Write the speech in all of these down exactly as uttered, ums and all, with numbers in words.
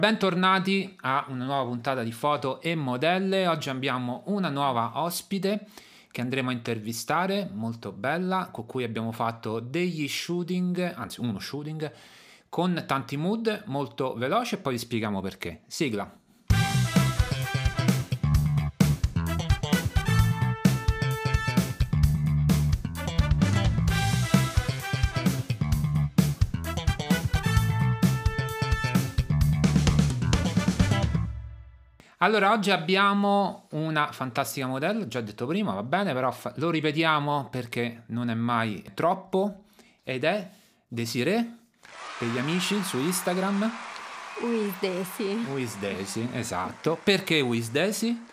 Bentornati a una nuova puntata di Foto e Modelle. Oggi abbiamo una nuova ospite che andremo a intervistare, molto bella, con cui abbiamo fatto degli shooting, anzi uno shooting, con tanti mood, molto veloce, e poi vi spieghiamo perché. Sigla. Allora, oggi abbiamo una fantastica modella, già detto prima, va bene, però fa- lo ripetiamo perché non è mai troppo, ed è Desiree, per gli amici su Instagram. With Daisy. With Daisy, esatto. Perché With Daisy?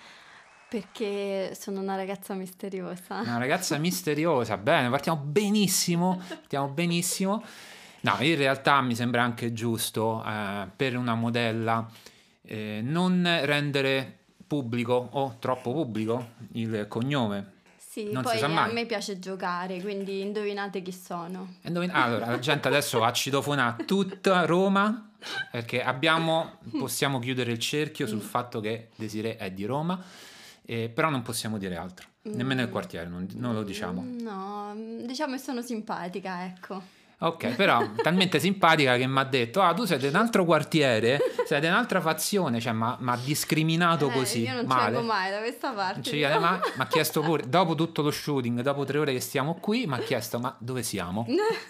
Perché sono una ragazza misteriosa. Una ragazza misteriosa, bene, partiamo benissimo, partiamo benissimo. No, in realtà mi sembra anche giusto eh, per una modella eh, non rendere pubblico o troppo pubblico il cognome. Sì, Non poi si sa a mai. me piace giocare, quindi indovinate chi sono. Indovina- Allora, la gente adesso va a citofonare tutta Roma perché abbiamo, possiamo chiudere il cerchio sul fatto che Desiree è di Roma, eh, però non possiamo dire altro, nemmeno il quartiere, non, non lo diciamo. No, diciamo che sono simpatica, ecco. Ok, però talmente simpatica che mi ha detto: ah, tu sei di un altro quartiere, sei di un'altra fazione, cioè mi ha discriminato Eh, così io non ci male. vengo mai da questa Non parte. ci viene mai. Mi ha chiesto pure, dopo tutto lo shooting, dopo tre ore che stiamo qui, mi ha chiesto: ma dove siamo?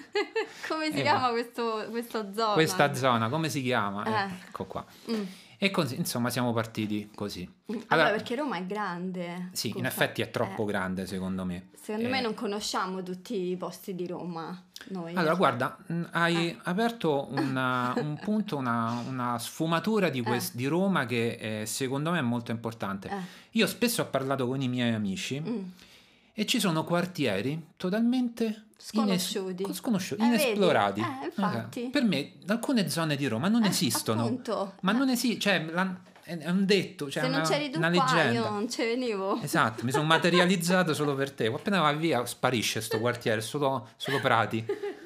Come si Eh, chiama questo, questa zona? Questa zona, come si chiama? Eh. Eh, ecco qua. Mm. E così, insomma, siamo partiti così. Allora, Allora, perché Roma è grande. sì, Scusa. in effetti è troppo Eh, grande, secondo me. Secondo Eh, me non conosciamo tutti i posti di Roma, noi. Allora, guarda, mh, hai Eh. aperto una- un punto, una, una sfumatura di, quest- di Roma che eh, secondo me è molto importante. Eh. Io spesso ho parlato con i miei amici Mm. e ci sono quartieri totalmente Sconosciuti. ines- sconosciuti, Eh, inesplorati. vedi? Eh, infatti. Per me, alcune zone di Roma non Eh, esistono. appunto. Ma Eh. non esiste, cioè, la- è è un detto, cioè Se non una, c'eri tu una qua, leggenda. io non ci venivo. Esatto, mi sono materializzato solo per te. Appena vai via sparisce sto quartiere, solo, solo prati.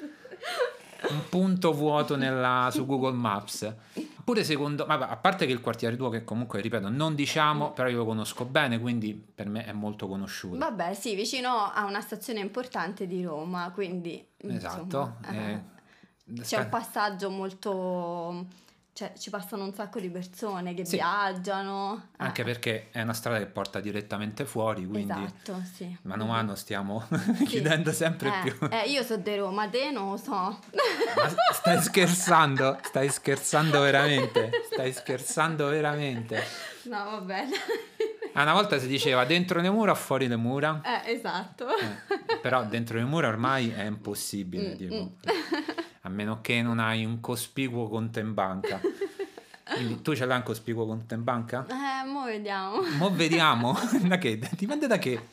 Un punto vuoto nella, su Google Maps. Pure secondo, ma a parte che il quartiere tuo, che comunque ripeto non diciamo, però io lo conosco bene, quindi per me è molto conosciuto. Vabbè, sì, vicino a una stazione importante di Roma, quindi Esatto. insomma, eh, eh, c'è sta- un passaggio molto... Cioè, ci passano un sacco di persone che Sì. viaggiano. eh, Anche perché è una strada che porta direttamente fuori, quindi Esatto, sì. mano a mano stiamo Sì. chiudendo sempre Eh, più. eh, io so di Roma, te non lo so. Ma stai scherzando? Stai scherzando veramente? Stai scherzando veramente? No, va bene. Ah, una volta si diceva dentro le mura o fuori le mura? Eh, esatto. Eh, però dentro le mura ormai è impossibile, Mm, tipo. mm. A meno che non hai un cospicuo conto in banca. Quindi tu ce l'hai un cospicuo conto in banca? Eh, mo vediamo. Mo' vediamo. Da che? Dipende da che.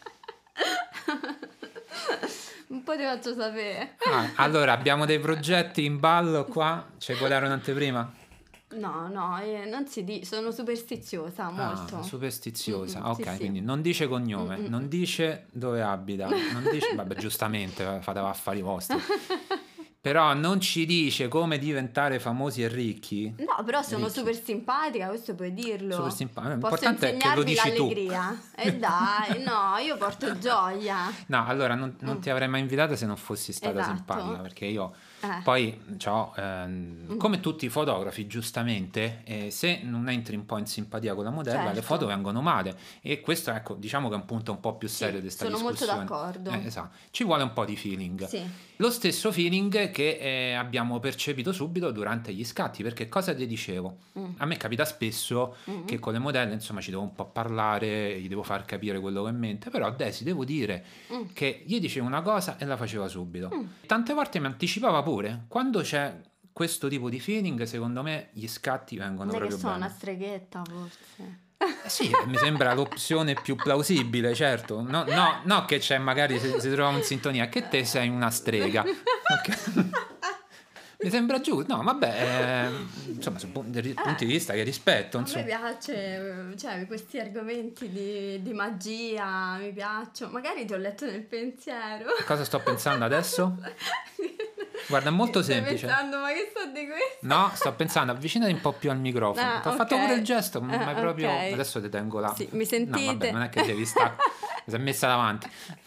Un po' ti faccio sapere. Ah, allora, abbiamo dei progetti in ballo qua. Ci vuoi dare un'anteprima? No, no, eh, non si dice, sono superstiziosa, molto. Ah, superstiziosa. Mm-mm, Ok, sì, sì. quindi non dice cognome, Mm-mm. non dice dove abita, non dice, vabbè, giustamente, fate affari vostri. Però non ci dice come diventare famosi e ricchi. No, però sono Ricchi. super simpatica, questo puoi dirlo. Super simpatico. Posso L'importante è che lo insegnarvi dici tu. l'allegria. E dai, no, io porto gioia. No, allora non, non ti avrei mai invitata se non fossi stata Esatto. simpatica, perché io Eh. poi c'ho, ehm, come tutti i fotografi, giustamente, eh, se non entri un po' in simpatia con la modella, le Certo. foto vengono male. E questo, ecco, diciamo che è un punto un po' più serio di questa sono molto discussione. d'accordo. Eh, esatto. Ci vuole un po' di feeling. Sì. Lo stesso feeling che eh, abbiamo percepito subito durante gli scatti, perché cosa ti dicevo? Mm. A me capita spesso Mm. che con le modelle, insomma, ci devo un po' parlare, gli devo far capire quello che ho in mente, però a Desi devo dire Mm. che gli dicevo una cosa e la faceva subito. Mm. Tante volte mi anticipava pure. Quando c'è questo tipo di feeling, secondo me gli scatti vengono Non è che proprio sono bene. una streghetta, forse. Eh sì, mi sembra l'opzione più plausibile, certo. No, no, no che c'è, magari si, si troviamo in sintonia, che te sei una strega. Ok? Mi sembra giusto. No, vabbè, eh, insomma, su pun- dai punti di vista che rispetto, A me insomma. piace, cioè, questi argomenti di, di magia, mi piacciono. Magari ti ho letto nel pensiero. Cosa sto pensando adesso? Guarda, è molto Stai semplice. pensando, ma che so di questo? No, sto pensando, avvicinati un po' più al microfono. Ah, Ti ho fatto ok. pure il gesto, ma Ah, è proprio... ok. Adesso ti tengo là. Sì, mi No, sentite? vabbè, non è che devi stare... Mi si è messa davanti.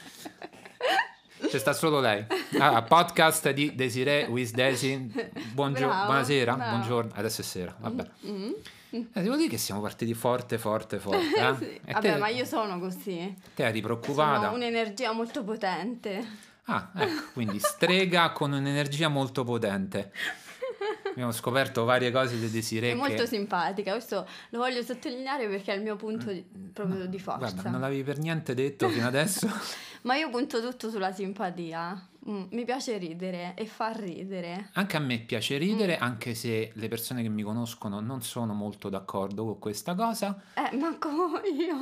C'è sta solo lei. Ah, podcast di Desiree with Desi. Buongio- Bravo, buonasera, bravo. buongiorno. Adesso è sera, vabbè. Mm. Eh, devo dire che siamo partiti forte, forte, forte. Eh? Sì. E Vabbè, te, ma io sono così. te eri preoccupata? Sono un'energia molto potente. Ah, ecco, quindi strega con un'energia molto potente. Abbiamo scoperto varie cose di Desiree È molto che... simpatica, questo lo voglio sottolineare perché è il mio punto di- proprio di forza. Guarda, non l'avevi per niente detto fino adesso. Ma io punto tutto sulla simpatia. Mm, mi piace ridere e far ridere. Anche a me piace ridere, anche se le persone che mi conoscono non sono molto d'accordo con questa cosa. Eh, manco io.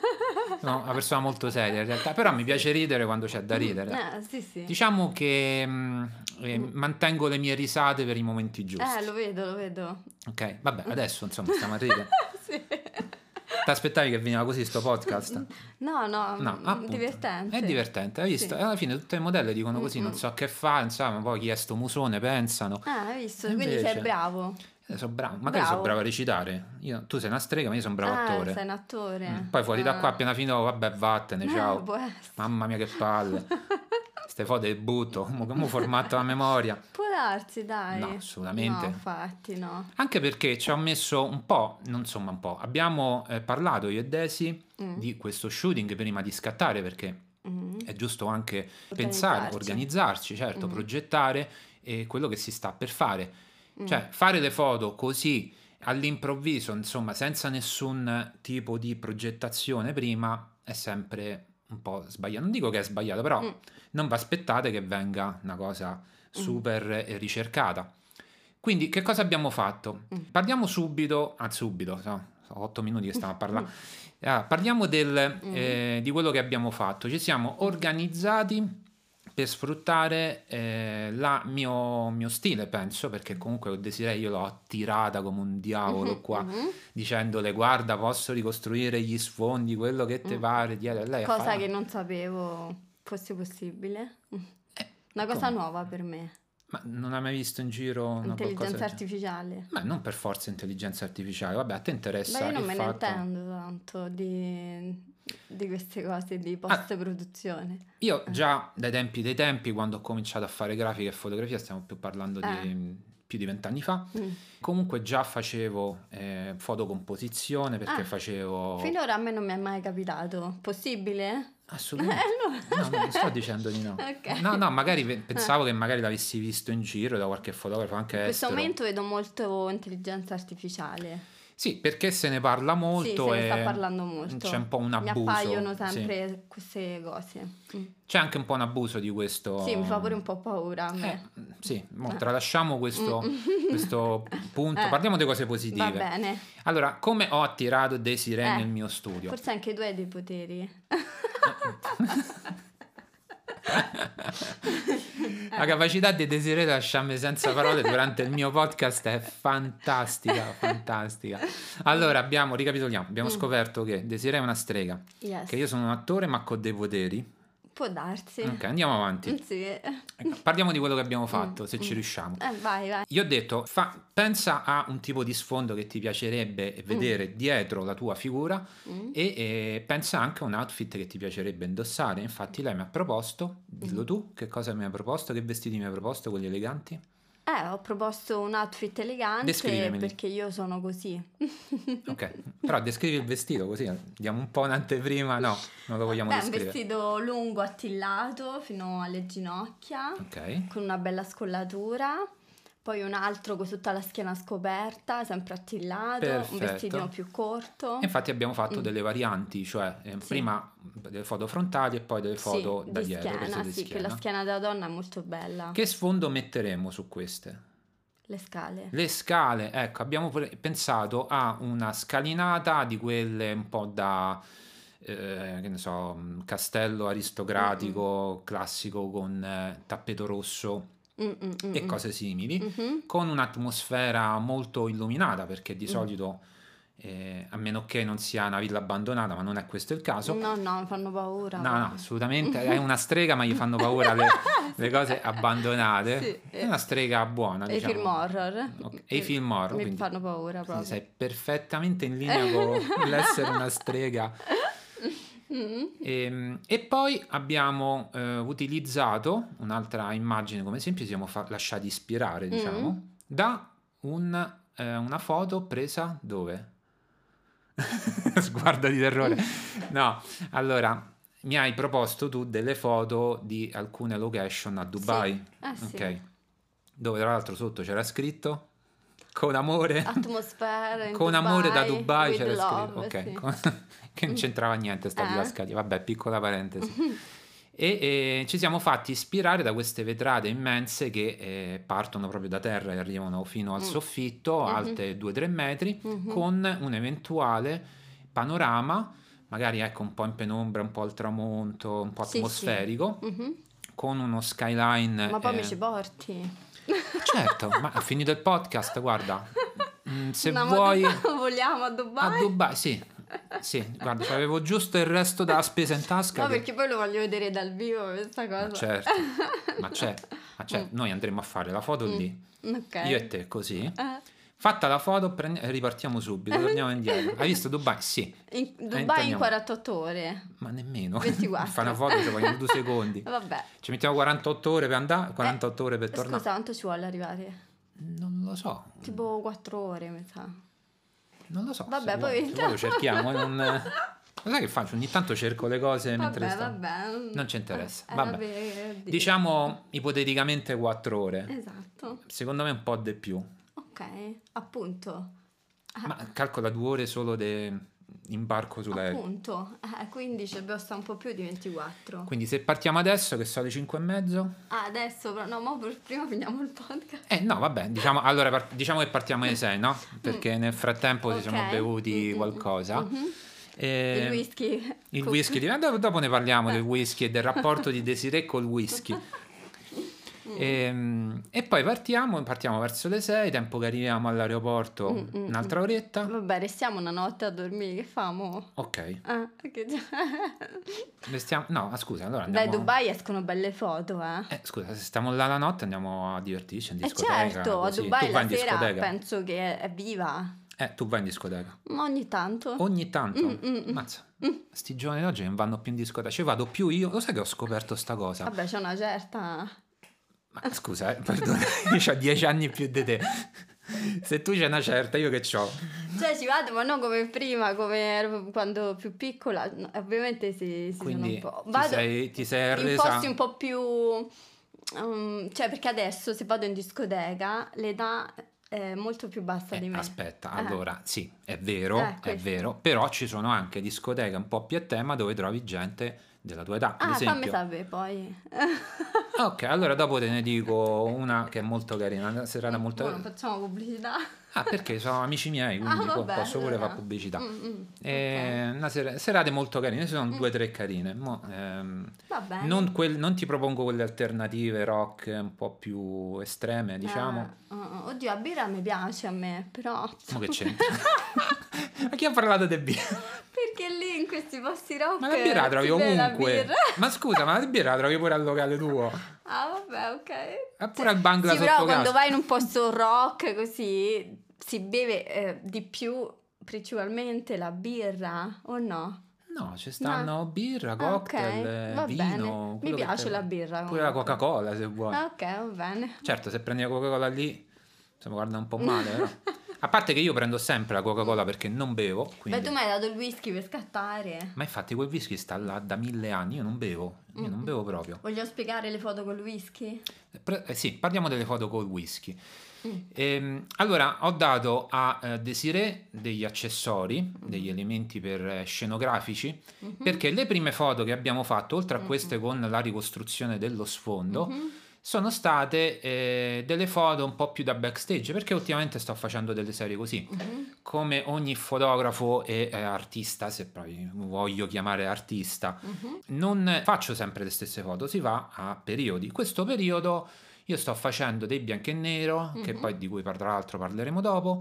Sono una persona molto seria in realtà, però mi piace ridere quando c'è da ridere. Eh, sì, sì. Diciamo che mh, eh, mantengo le mie risate per i momenti giusti. Eh, lo vedo, lo vedo. Ok, vabbè, adesso insomma stiamo a ridere. Sì. Ti aspettavi che veniva così sto podcast? No, no, No, mm, appunto. divertente. È divertente, hai visto? Sì. Alla fine tutte le modelle dicono così, non so che fa, insomma, poi chi è sto musone, pensano. Ah, hai visto? E Quindi invece- sei bravo. Eh, sono bravo, magari Bravo. sono bravo a recitare. Io- tu sei una strega, ma io sono bravo Ah, attore. sei un attore. Mm, Poi fuori da qua, Ah. appena finito, vabbè, vattene, Eh, ciao. può essere. Mamma mia, che palle. Ste foto le butto, mo, mo formato la memoria. Può darsi, dai. No, assolutamente. No, infatti, no. Anche perché ci ho messo un po', non insomma un po', abbiamo eh, parlato io e Desi Mm. di questo shooting prima di scattare, perché Mm. è giusto anche pensare, Organizzarci. organizzarci, certo, Mm. progettare eh, quello che si sta per fare. Mm. Cioè, fare le foto così all'improvviso, insomma, senza nessun tipo di progettazione prima, è sempre un po' sbagliato. Non dico che è sbagliato, però Mm. non vi aspettate che venga una cosa super eh, ricercata. Quindi, che cosa abbiamo fatto? Mm. Parliamo subito, ah, subito, no, sono otto minuti che stiamo a parlare. Ah, parliamo del, Mm. eh, di quello che abbiamo fatto. Ci siamo organizzati per sfruttare eh, la mio, mio stile, penso, perché comunque Desiree io l'ho attirata come un diavolo qua, Mhm. dicendole guarda, posso ricostruire gli sfondi, quello che te Mm. pare, dietro. E lei ha Cosa fatto- che non sapevo fosse possibile. Eh, Una cosa come? nuova per me. Ma non hai mai visto in giro una Intelligenza qualcosa del artificiale. Ma non per forza intelligenza artificiale, vabbè, a te interessa Beh, io non il me ne fatto... intendo tanto di, di queste cose di post-produzione. Io già dai tempi dei tempi, quando ho cominciato a fare grafica e fotografia, stiamo più parlando di Eh. più di vent'anni fa, Mm. comunque già facevo eh, fotocomposizione perché Ah, facevo... Finora a me non mi è mai capitato. Possibile? Assolutamente. Eh, No, non sto dicendo di no. Ok. No, no, magari pe- pensavo che magari l'avessi visto in giro da qualche fotografo anche In questo estero. momento vedo molto intelligenza artificiale. Sì, perché se ne parla molto sì, se ne e sta parlando molto. c'è un po' un Mi abuso. appaiono sì. sempre queste cose. Mm. C'è anche un po' un abuso di questo. Sì, mi fa pure un po' paura a Eh, me. sì, mo tralasciamo questo, Mm. questo punto, Eh, parliamo di cose Va positive. bene. Allora, come ho attirato Desiree Eh, nel mio studio? Forse anche tu hai dei poteri. La capacità di Desiree di lasciarmi senza parole durante il mio podcast è fantastica, fantastica. Allora, abbiamo, ricapitoliamo, abbiamo Mm. scoperto che Desiree è una strega, Yes. che io sono un attore ma con dei poteri. Può darsi. Ok, andiamo avanti. Mm, Sì. Ecco, parliamo di quello che abbiamo fatto, se ci riusciamo. Eh, vai, vai. Io ho detto, fa- pensa a un tipo di sfondo che ti piacerebbe vedere dietro la tua figura Mm. e, e pensa anche a un outfit che ti piacerebbe indossare. Infatti lei mi ha proposto, dillo tu, che cosa mi ha proposto, che vestiti mi ha proposto, quelli eleganti? Eh, ho proposto un outfit elegante Descrivimeli. perché io sono così. Ok, però descrivi il vestito così, diamo un po' un'anteprima, no, non lo vogliamo Beh, un descrivere. vestito lungo attillato fino alle ginocchia, Ok, con una bella scollatura. Poi un altro con tutta la schiena scoperta, sempre attillato, Perfetto. un vestitino più corto. e infatti abbiamo fatto Mm. delle varianti, cioè eh, Sì. prima delle foto frontali e poi delle foto Sì, da di dietro, prese schiena, di sì, che schiena. la schiena della donna è molto bella. Che sfondo metteremo su queste? Le scale. Le scale, ecco, abbiamo pre- pensato a una scalinata di quelle un po' da, eh, che ne so, un castello aristocratico, classico con eh, tappeto rosso Mm, mm, mm, e mm. cose simili, Mhm. con un'atmosfera molto illuminata, perché di Mm. solito eh, a meno che non sia una villa abbandonata, ma non è questo il caso. No, no, mi fanno paura. No, no, assolutamente, è una strega, ma gli fanno paura le, le cose abbandonate. Sì. È una strega buona, E i diciamo. film horror. Ok, e i film horror, Mi quindi- fanno paura quindi proprio. sei perfettamente in linea con l'essere una strega. Mm. E, e poi abbiamo eh, utilizzato un'altra immagine come esempio, ci siamo fa- lasciati ispirare, diciamo, Mm. da un, eh, una foto presa dove? Sguardo di terrore. No, allora mi hai proposto tu delle foto di alcune location a Dubai. Sì. Eh sì. Ok. Dove tra l'altro sotto c'era scritto con amore. Atmosfere in Con amore da Dubai with c'era love, scritto. Ok. sì. con- che non c'entrava niente sta Eh. didascalia. Vabbè, piccola parentesi. E, e ci siamo fatti ispirare da queste vetrate immense che eh, partono proprio da terra e arrivano fino al Mm. soffitto, Mhm. alte due tre metri, Mhm. con un eventuale panorama, magari ecco un po' in penombra, un po' al tramonto, un po' Sì, sì. atmosferico, Mhm. con uno skyline. Ma poi eh, mi ci porti? Certo, ma ha finito il podcast, guarda. Mm, se No, ma vuoi Dubai- vogliamo a a Dubai? Dubai, sì. Sì, guarda, avevo giusto il resto della spesa in tasca. No, che- perché poi lo voglio vedere dal vivo questa cosa. Ma certo, ma c'è, ma c'è. Noi andremo a fare la foto lì, Ok. io e te così. Eh, Fatta la foto, prend- ripartiamo subito, torniamo indietro. Hai visto Dubai? Sì, in Dubai in torniamo. quarantotto ore. ma nemmeno. ventiquattro. Fare una foto ci vogliono due secondi. Vabbè. Ci mettiamo quarantotto ore per andare, quarantotto ore per Scusa, tornare. quanto ci vuole arrivare? Non lo so, Tipo quattro ore, mi sa. non lo so. Vabbè, se poi- vuoi, se vuoi lo cerchiamo. Non... Lo sai che faccio? Ogni tanto cerco le cose mentre Vabbè, sto. vabbè. Non ci interessa. Eh, Vabbè. vabbè, oddio. Diciamo ipoteticamente quattro ore. Esatto. Secondo me un po' di più. Ok, appunto. Ma calcola due ore solo di imbarco sull'aereo. Appunto. Eh, quindi ci dobbiamo stare un po' più di ventiquattro. Quindi se partiamo adesso, che sono le cinque e mezzo. Ah, adesso però, no, ma per- prima finiamo il podcast. Eh no, vabbè, diciamo, allora par- diciamo che partiamo alle sei, no? Perché nel frattempo ci siamo Ok. bevuti Mm, mm, qualcosa. mhm. E- Il whisky. Il Cu- whisky, di- dopo, dopo ne parliamo del whisky e del rapporto di Desiree col whisky. E, e poi partiamo, partiamo verso le sei, tempo che arriviamo all'aeroporto, Mm, mm, un'altra oretta. Vabbè, restiamo una notte a dormire, che famo? Ok, Ah, che già- restiamo, no, ah, scusa, allora Dai, andiamo... Dubai escono belle foto, eh. Eh, scusa, se stiamo là la notte andiamo a divertirci in Eh discoteca. certo, a così. Dubai Tu vai la in sera discoteca? penso che è viva. Eh, tu vai in discoteca. Ma ogni tanto. Ogni tanto, Mm, mm, mm. mazza, sti giovani d'oggi non vanno più in discoteca, ci vado più io, lo sai che ho scoperto sta cosa? Vabbè, c'è una certa... Ma scusa, eh, perdona, io ho dieci anni più di te, se tu c'è una certa, io che c'ho? Cioè ci vado, ma non come prima, come ero quando più piccola. No, ovviamente si, si Quindi sono un po'... ti sei, ti sei in arresa... posti un po' più... um, cioè, perché adesso se vado in discoteca l'età è molto più bassa Eh, di me. aspetta, Eh. allora, sì, è vero, Eh, è questo. vero, però ci sono anche discoteche un po' più a tema dove trovi gente della tua età, ad Ah, fammi esempio. sapere poi. Ok, allora dopo te ne dico una che è molto carina, una serata molto... Buono, facciamo pubblicità. Ah, perché sono amici miei, quindi Ah, po- vabbè, posso pure allora. fare pubblicità. Mm, mm, Eh, una sera- serate molto carine, ci sono due o tre carine. Mo, ehm, ok. Va bene. non, quel- non ti propongo quelle alternative rock un po' più estreme, diciamo. Eh, uh, uh, oddio, la birra mi piace a me, però... Ma che c'entra? Ma chi ha parlato di birra? Perché lì in questi posti rock... Ma la birra la trovi si beve la ovunque. birra. Ma scusa, ma la birra la trovi pure al locale tuo. Ah, vabbè, ok. È pure al bangla Sì, sotto però casa. quando vai in un posto rock così si beve eh, di più principalmente la birra, o no? No, ci stanno No. birra, Ah, cocktail, ok, va vino. bene. Mi quello che piace te- la birra. Pure la comunque. Coca-Cola se vuoi. Ah, ok, va bene. Certo, se prendi la Coca-Cola lì, se mi guarda un po' male, però. A parte che io prendo sempre la Coca-Cola perché non bevo, quindi... Beh, tu mi hai dato il whisky per scattare. Ma infatti quel whisky sta là da mille anni, io non bevo, io non bevo proprio. Voglio spiegare le foto col whisky? Pre- eh, sì, parliamo delle foto col whisky. Mm. Ehm, allora, ho dato a eh, Desiree degli accessori, degli elementi per eh, scenografici, Mhm. perché le prime foto che abbiamo fatto, oltre a queste con la ricostruzione dello sfondo, Mhm. sono state eh, delle foto un po' più da backstage, perché ultimamente sto facendo delle serie così. Mhm. Come ogni fotografo e eh, artista, se poi voglio chiamare artista, Mhm. non faccio sempre le stesse foto, si va a periodi. Questo periodo io sto facendo dei bianco e nero, che Mhm. poi di cui tra l'altro parleremo dopo,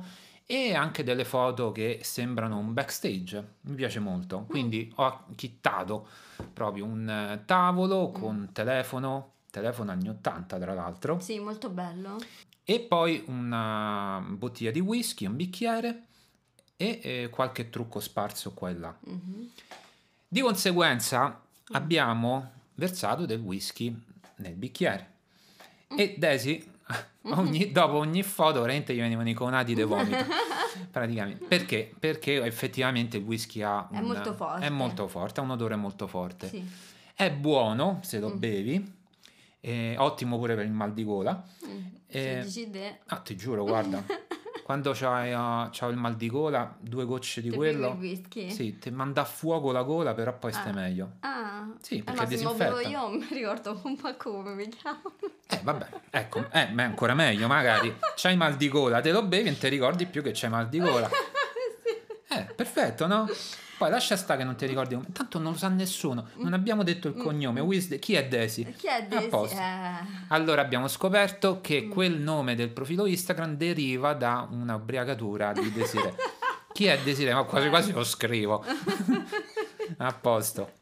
e anche delle foto che sembrano un backstage, mi piace molto, quindi ho chittato proprio un eh, tavolo con telefono, telefono anni ottanta tra l'altro, Sì, molto bello. e poi una bottiglia di whisky, un bicchiere e eh, qualche trucco sparso qua e là. Mhm. Di conseguenza abbiamo versato del whisky nel bicchiere e Daisy ogni- dopo ogni foto veramente gli venivano i conati dei vomito praticamente. Perché? Perché effettivamente il whisky ha È un- molto forte. è molto forte, ha un odore molto forte. Sì. È buono se lo Mm. bevi, è ottimo pure per il mal di gola. Mm. Eh, Se dici te, Ah, ti giuro, guarda, quando c'hai, uh, c'ho il mal di gola, due gocce di te bevi il quello, whisky? sì, ti manda a fuoco la gola, però poi stai Ah. meglio. Ah, Sì, eh, perché ma se lo bevo disinfetta. io mi ricordo un po' come mi chiamo. Eh, vabbè, ecco, eh, ma è ancora meglio, magari c'hai mal di gola, te lo bevi e non ti ricordi più che c'hai mal di gola. Sì. Eh, perfetto, no? Poi lascia stare che non ti ricordi, tanto non lo sa nessuno, non abbiamo detto il cognome, Wis- chi è Daisy? Chi è A Daisy? posto. Eh. Allora abbiamo scoperto che quel nome del profilo Instagram deriva da una ubriacatura di Desiree. Chi è Desiree? Ma quasi quasi lo scrivo. A posto.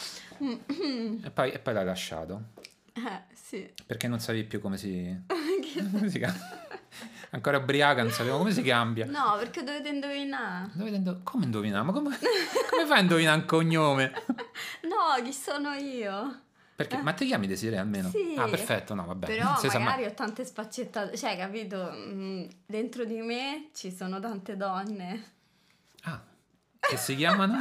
E poi, e poi l'hai lasciato. Eh, sì. Perché non sapevi più come si, come si cambia. Ancora ubriaca, non sapevo come si cambia. No, perché dovete indovinare. Dovete indo- come indovinare? Ma come, come fai a indovinare un cognome? No, chi sono io? Perché? Ma ti chiami Desiree almeno? Sì. Ah, perfetto, no, vabbè. Però non si sa mai. magari ho tante sfaccettature. Cioè, capito? Mm, dentro di me ci sono tante donne. Ah, che si chiamano?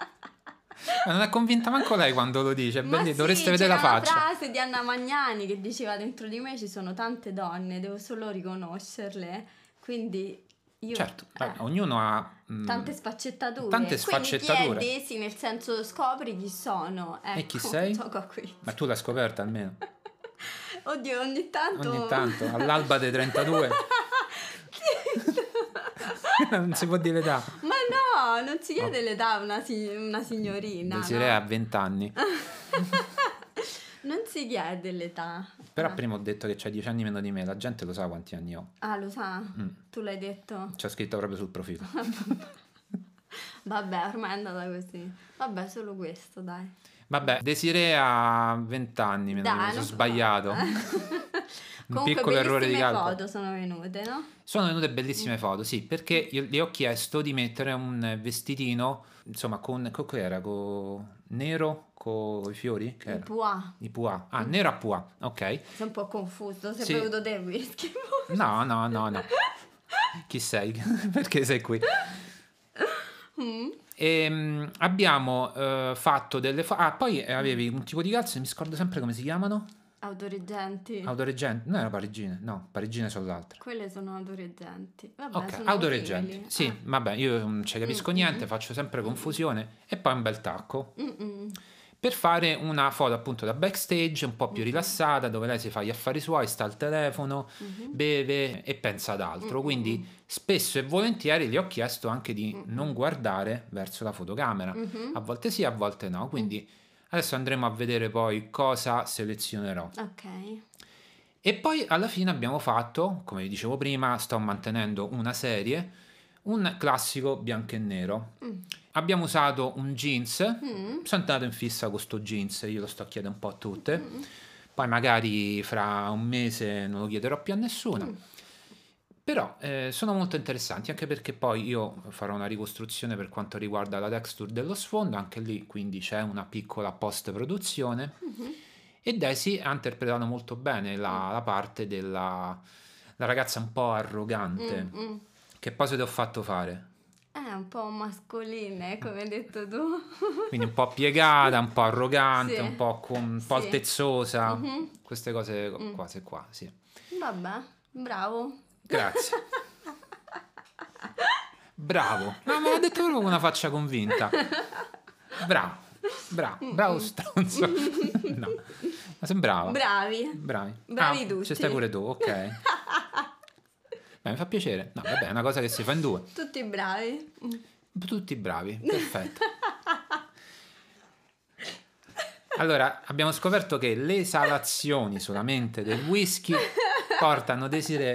Ma non è convinta manco lei quando lo dice. Ma Vedi, sì, dovreste vedere la c'era una faccia. frase di Anna Magnani che diceva dentro di me ci sono tante donne, devo solo riconoscerle. Quindi io... Certo, eh, vabbè, ognuno ha mm, tante sfaccettature. tante Quindi chi è sfaccettature. Daisy nel senso scopri chi sono. Ecco, E chi sei? gioco a qui. Ma tu l'hai scoperta almeno. Oddio, ogni tanto... Ogni tanto, all'alba dei trentadue. Non si può dire l'età. Ma no, non si chiede l'età a una, si- una signorina. Desiree no? ha vent'anni. Non si chiede l'età. Però Ah. prima ho detto che c'hai dieci anni meno di me. La gente lo sa quanti anni ho. Ah, lo sa? Tu l'hai detto? C'è scritto proprio sul profilo. Vabbè, ormai è andata così. Vabbè, solo questo, dai. Vabbè, Desiree ha vent'anni meno di me. Dai, Sono non- sbagliato. Un Comunque, piccolo errore di bellissime calcolo. foto sono venute, no? Sono venute bellissime foto, sì, perché io le ho chiesto di mettere un vestitino, insomma, con, con che era? Con nero, con i fiori? Che Il era? puà. I puà. Ah, nero a puà, ok. Sei un po' confuso, sei Sì. bevuto te il whisky. No, no, no, no. Chi sei? Perché sei qui? E, mm, abbiamo eh, fatto delle foto. Ah, poi eh, avevi un tipo di calze, mi scordo sempre come si chiamano. Autoreggenti. Autoreggenti. No, era parigine. No, parigine sono l'altra. Quelle sono autoreggenti. Vabbè, Ok, sono autoreggenti. utili. Sì, Ah. vabbè, io non ci capisco niente, faccio sempre confusione. E poi un bel tacco. Mm-mm. Per fare una foto appunto da backstage un po' più rilassata, dove lei si fa gli affari suoi, sta al telefono, beve e pensa ad altro. Quindi spesso e volentieri gli ho chiesto anche di non guardare verso la fotocamera. A volte sì, a volte no. Quindi adesso andremo a vedere poi cosa selezionerò. Ok. E poi alla fine abbiamo fatto, come vi dicevo prima, sto mantenendo una serie, un classico bianco e nero. Abbiamo usato un jeans, sono andato in fissa con sto jeans, io lo sto chiedendo un po' a tutte, poi magari fra un mese non lo chiederò più a nessuno. Però eh, sono molto interessanti, anche perché poi io farò una ricostruzione per quanto riguarda la texture dello sfondo, anche lì quindi c'è una piccola post-produzione. E Daisy ha interpretato molto bene la, la parte della la ragazza un po' arrogante. Mm. Che pose ti ho fatto fare? È un po' mascoline, come hai detto tu. Quindi un po' piegata, un po' arrogante, Sì. un po', con, un po' Sì. altezzosa, Mhm. queste cose qua, se qua, sì. Vabbè, bravo. Grazie. Bravo. No, me l'ha detto proprio con una faccia convinta. Bravo, bravo, bravo stronzo. No, ma sembrava. Bravi. Bravi. Bravi Ah, tutti. ci stai pure tu, ok. Beh, mi fa piacere. No, vabbè, è una cosa che si fa in due. Tutti bravi. Tutti bravi, perfetto. Allora, abbiamo scoperto che le esalazioni solamente del whisky portano Desiree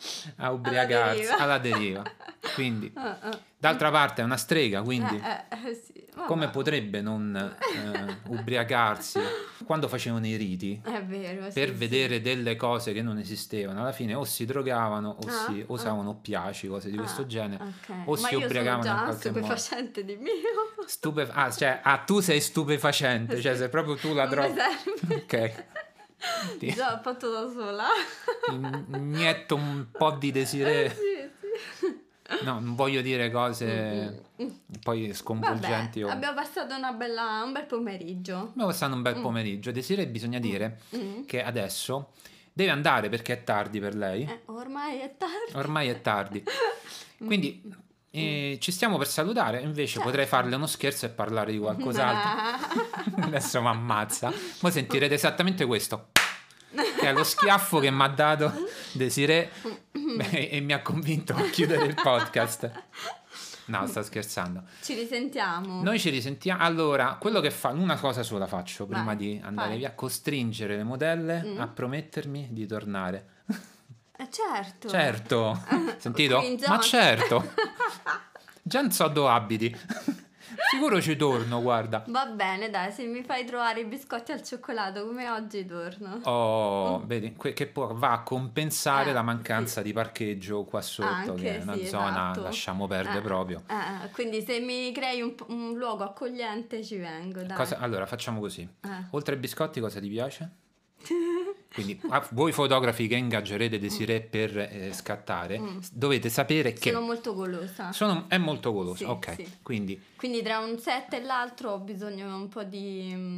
a ubriacarsi deriva. alla deriva. Quindi, Uh, uh. d'altra parte è una strega, quindi Eh, eh, eh, sì. Vabbè. come potrebbe non eh, ubriacarsi quando facevano i riti È vero, per sì, vedere delle cose che non esistevano? Alla fine o si drogavano o Ah, si o ah. usavano oppiaci, cose di Ah, questo genere, ok. o Ma si io ubriacavano sono in già qualche modo. stupefacente di mio. Stupe- ah, cioè, ah, tu sei stupefacente, cioè sei proprio tu la Non mi droga. serve. Ok. Ti, Già fatto da sola. ti inietto un po' di desiderio. Sì, sì. No, non voglio dire cose poi sconvolgenti. Vabbè, o- abbiamo passato una bella, un bel pomeriggio. Abbiamo passato un bel pomeriggio. Desiree, bisogna dire Mm. che adesso deve andare perché è tardi per lei. Eh, ormai è tardi. Ormai è tardi. Quindi eh, ci stiamo per salutare. Invece Certo. potrei farle uno scherzo e parlare di qualcos'altro. Adesso mi ammazza. Voi sentirete esattamente questo. Che è lo schiaffo che mi ha dato Desiree beh, e mi ha convinto a chiudere il podcast. No, sto scherzando. Ci risentiamo. Noi ci risentiamo. Allora, quello che fa, una cosa sola faccio prima Vai, di andare vai. via, costringere le modelle Mm. a promettermi di tornare. Eh, certo. Certo, sentito? Qui in Ma zona. certo. Già non so dove abiti. Sicuro ci torno, guarda. Va bene, dai, se mi fai trovare i biscotti al cioccolato come oggi torno. Oh, vedi, que- che può, va a compensare Eh, la mancanza di parcheggio qua sotto, Anche, che è una sì, zona esatto. lasciamo perdere Eh, proprio. eh, quindi se mi crei un, un luogo accogliente ci vengo, dai. Cosa- allora, facciamo così. Eh. Oltre ai biscotti, cosa ti piace? Quindi, a voi fotografi che ingaggerete Desiree per eh, scattare, s- dovete sapere che Mm. Sono molto golosa. sono- è molto goloso. Sì, ok, sì. quindi Quindi tra un set e l'altro ho bisogno un po' di... mm,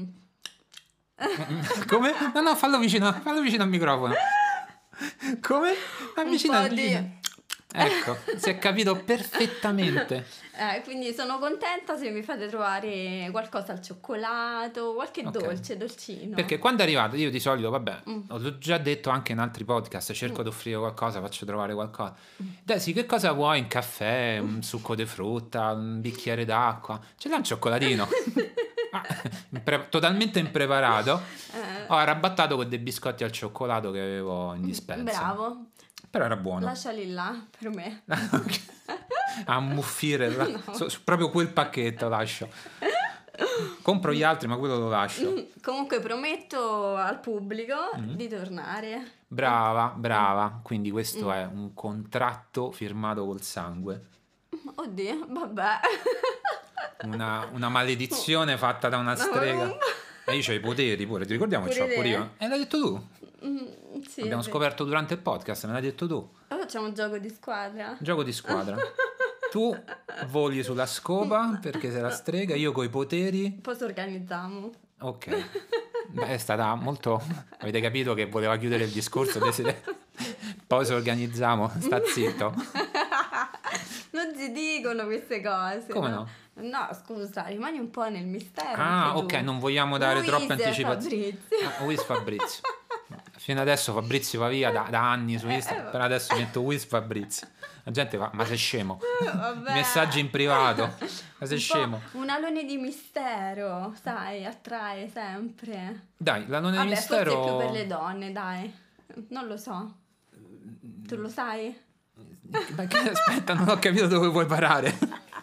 come? No, no, fallo vicino, fallo vicino al microfono. Come? Avvicina, po' di- avvicina. Ecco, si è capito perfettamente. Eh, quindi sono contenta se mi fate trovare qualcosa al cioccolato, qualche Ok. dolce, dolcino. Perché quando è arrivato, io di solito, vabbè, Mm. l'ho già detto anche in altri podcast, cerco di offrire qualcosa, faccio trovare qualcosa. Desi, che cosa vuoi? Un caffè, un succo di frutta, un bicchiere d'acqua? Ce l'ha un cioccolatino? Ah, impre- totalmente impreparato. Eh, Ho arrabattato con dei biscotti al cioccolato che avevo in dispensa. bravo, Però era buono. lasciali là per me. A muffire là. So- so- proprio quel pacchetto lascio. Compro gli altri, ma quello lo lascio. Comunque prometto al pubblico Mm. di tornare. Brava, brava. Quindi questo Mm. è un contratto firmato col sangue. Oddio, vabbè. Una, una maledizione fatta da una strega. E io c'ho i poteri pure, ti ricordiamo che Pure c'ho pure te? io? E l'hai detto tu. Mm, sì, Abbiamo è vero. scoperto durante il podcast, me l'hai detto tu. Oh, facciamo un gioco di squadra. Gioco di squadra. Tu voli sulla scopa perché sei la strega, io coi poteri. Poi ci organizziamo. Ok. Beh, è stata molto... Avete capito che voleva chiudere il discorso? Desiree? Poi ci organizziamo, sta zitto. Non si dicono queste cose. Come no? No, scusa, rimani un po' nel mistero. Ah, anche ok, tu. non vogliamo dare Luis troppe anticipazioni. Fabrizio. Ah, Wiz Fabrizio. Fino adesso Fabrizio va via da, da anni su Instagram, per adesso metto Wiz Fabrizio. La gente va, ma sei scemo? Vabbè. Messaggi in privato, ma sei Un scemo? po' un alone di mistero, sai, attrae sempre. Dai, l'anone di Vabbè, mistero... forse è più per le donne, dai. Non lo so. Tu lo sai? Ma che- aspetta, non ho capito dove vuoi parare.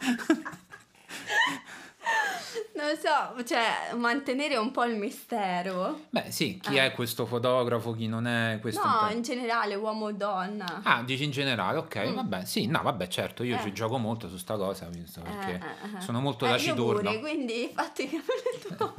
Non lo so, cioè, mantenere un po' il mistero. Beh, sì, chi Eh. è questo fotografo, chi non è questo... No, inter- in generale, uomo o donna. Ah, dici in generale, ok, Mm. vabbè, sì, no, vabbè, certo, io Eh. ci gioco molto su sta cosa, visto, perché Eh, eh, eh. sono molto Eh, io taciturno. pure, quindi fatti capire tu.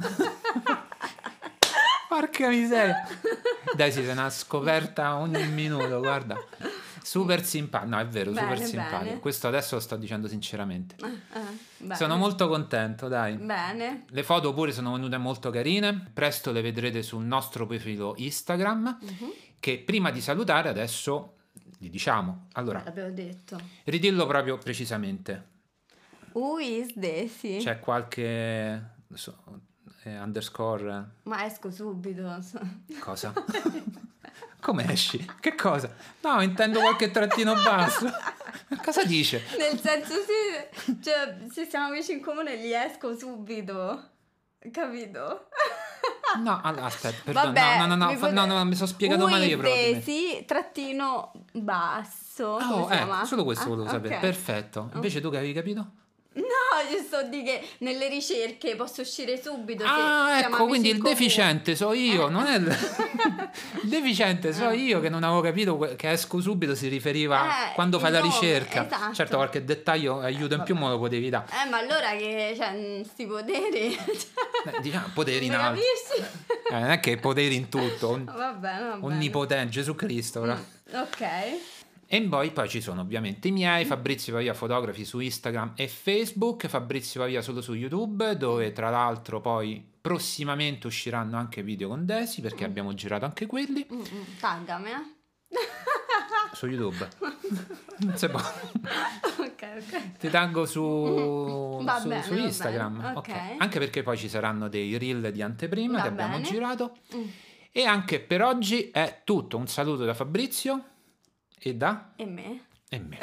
Porca miseria. Dai, sì, sei una scoperta ogni minuto, guarda. Super simpatico, no, è vero, Bene, super simpatico. bene. Questo adesso lo sto dicendo sinceramente. Eh, eh, bene. Sono molto contento, dai. Bene. Le foto pure sono venute molto carine, presto le vedrete sul nostro profilo Instagram, Mhm. che prima di salutare adesso li diciamo. Allora, L'avevo detto. ridillo proprio precisamente. Who is Daisy? C'è qualche so- eh, underscore Ma esco subito. cosa? Come esci? Che cosa? No, intendo qualche trattino basso. Cosa dice? Nel senso, sì, cioè, se siamo amici in comune gli esco subito. Capito? No, allora, aspetta, perdono. Vabbè, no, no, no, mi no, pot- no, no, mi sono spiegato male io probabilmente. Udesi, trattino basso. come Oh, si chiama? ecco, solo questo Ah, volevo sapere. ok. Perfetto. Invece tu che avevi capito? No, io sto di che nelle ricerche posso uscire subito. Ah, se siamo ecco, quindi amici il in comune. deficiente so io, Eh. non è il... il deficiente so Eh. io che non avevo capito que- che esco subito si riferiva Eh, quando fai il la nome, ricerca. esatto. Certo, qualche dettaglio aiuto in più me lo potevi dare. Eh, ma allora che cioè, sti poteri. Eh, diciamo, poteri in Mi alto. capisci? Eh, non è che poteri in tutto, on- Va bene, va bene. onnipotente, Gesù Cristo. ora. Ok. E poi, poi ci sono ovviamente i miei, Fabrizio Pavia Fotografi su Instagram e Facebook, Fabrizio Pavia solo su YouTube, dove tra l'altro poi prossimamente usciranno anche video con Desi, perché abbiamo girato anche quelli, Mm, mm, taggami, eh. su YouTube. Non si può. Ok, ok. Ti taggo su, Va su, bene, su va Instagram. bene, ok. ok. Anche perché poi ci saranno dei reel di anteprima Va che abbiamo bene. girato. Mm. E anche per oggi è tutto. Un saluto da Fabrizio e da... E me? e me.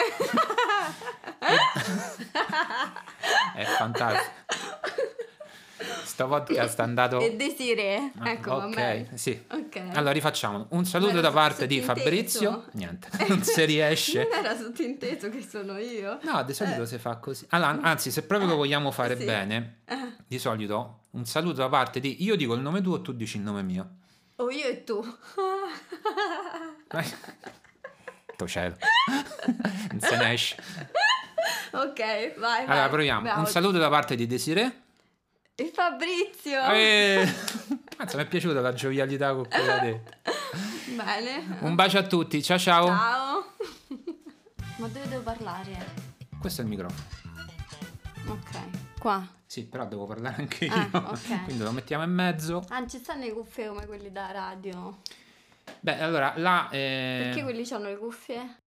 È fantastico. Sto podcast è andato... E Desiree. Ah, Ecco, va ok, bene. sì. Ok. Allora rifacciamo. Un saluto Ma da era parte di sottinteso? Fabrizio. Niente, non si riesce. Non era sottinteso che sono io? No, di solito Eh. si fa così. Allora, anzi, se proprio lo vogliamo fare sì. bene, Eh. di solito un saluto da parte di io dico il nome tuo, tu dici il nome mio. O io e tu. Vai. Tuo cielo. Non se ne esce. Ok, vai, Allora, vai. proviamo. Bravo. Un saluto da parte di Desiree. E Fabrizio. E... Anzi, mi è piaciuta la giovialità con cui l'hai detto. Bene. Un bacio a tutti, ciao ciao. Ciao. Ma dove devo parlare? Questo è il microfono. Ok, qua. Sì, però devo parlare anche io. Ah, ok. Quindi lo mettiamo in mezzo. Ah, non ci stanno le cuffie come quelli da radio. Beh, allora, là... eh, Perché quelli hanno le cuffie?